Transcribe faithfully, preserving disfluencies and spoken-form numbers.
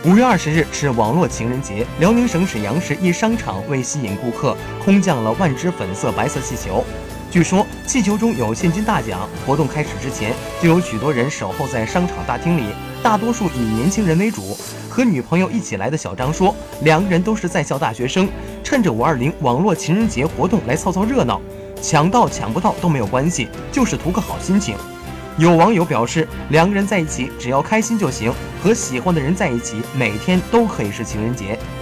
五月二十日是网络情人节，辽宁省沈阳市一商场为吸引顾客，空降了万只粉色、白色气球。据说气球中有现金大奖，活动开始之前就有许多人守候在商场大厅里，大多数以年轻人为主。和女朋友一起来的小张说，两个人都是在校大学生，趁着五二零网络情人节活动来凑凑热闹，抢到抢不到都没有关系，就是图个好心情。有网友表示，两个人在一起只要开心就行，和喜欢的人在一起，每天都可以是情人节。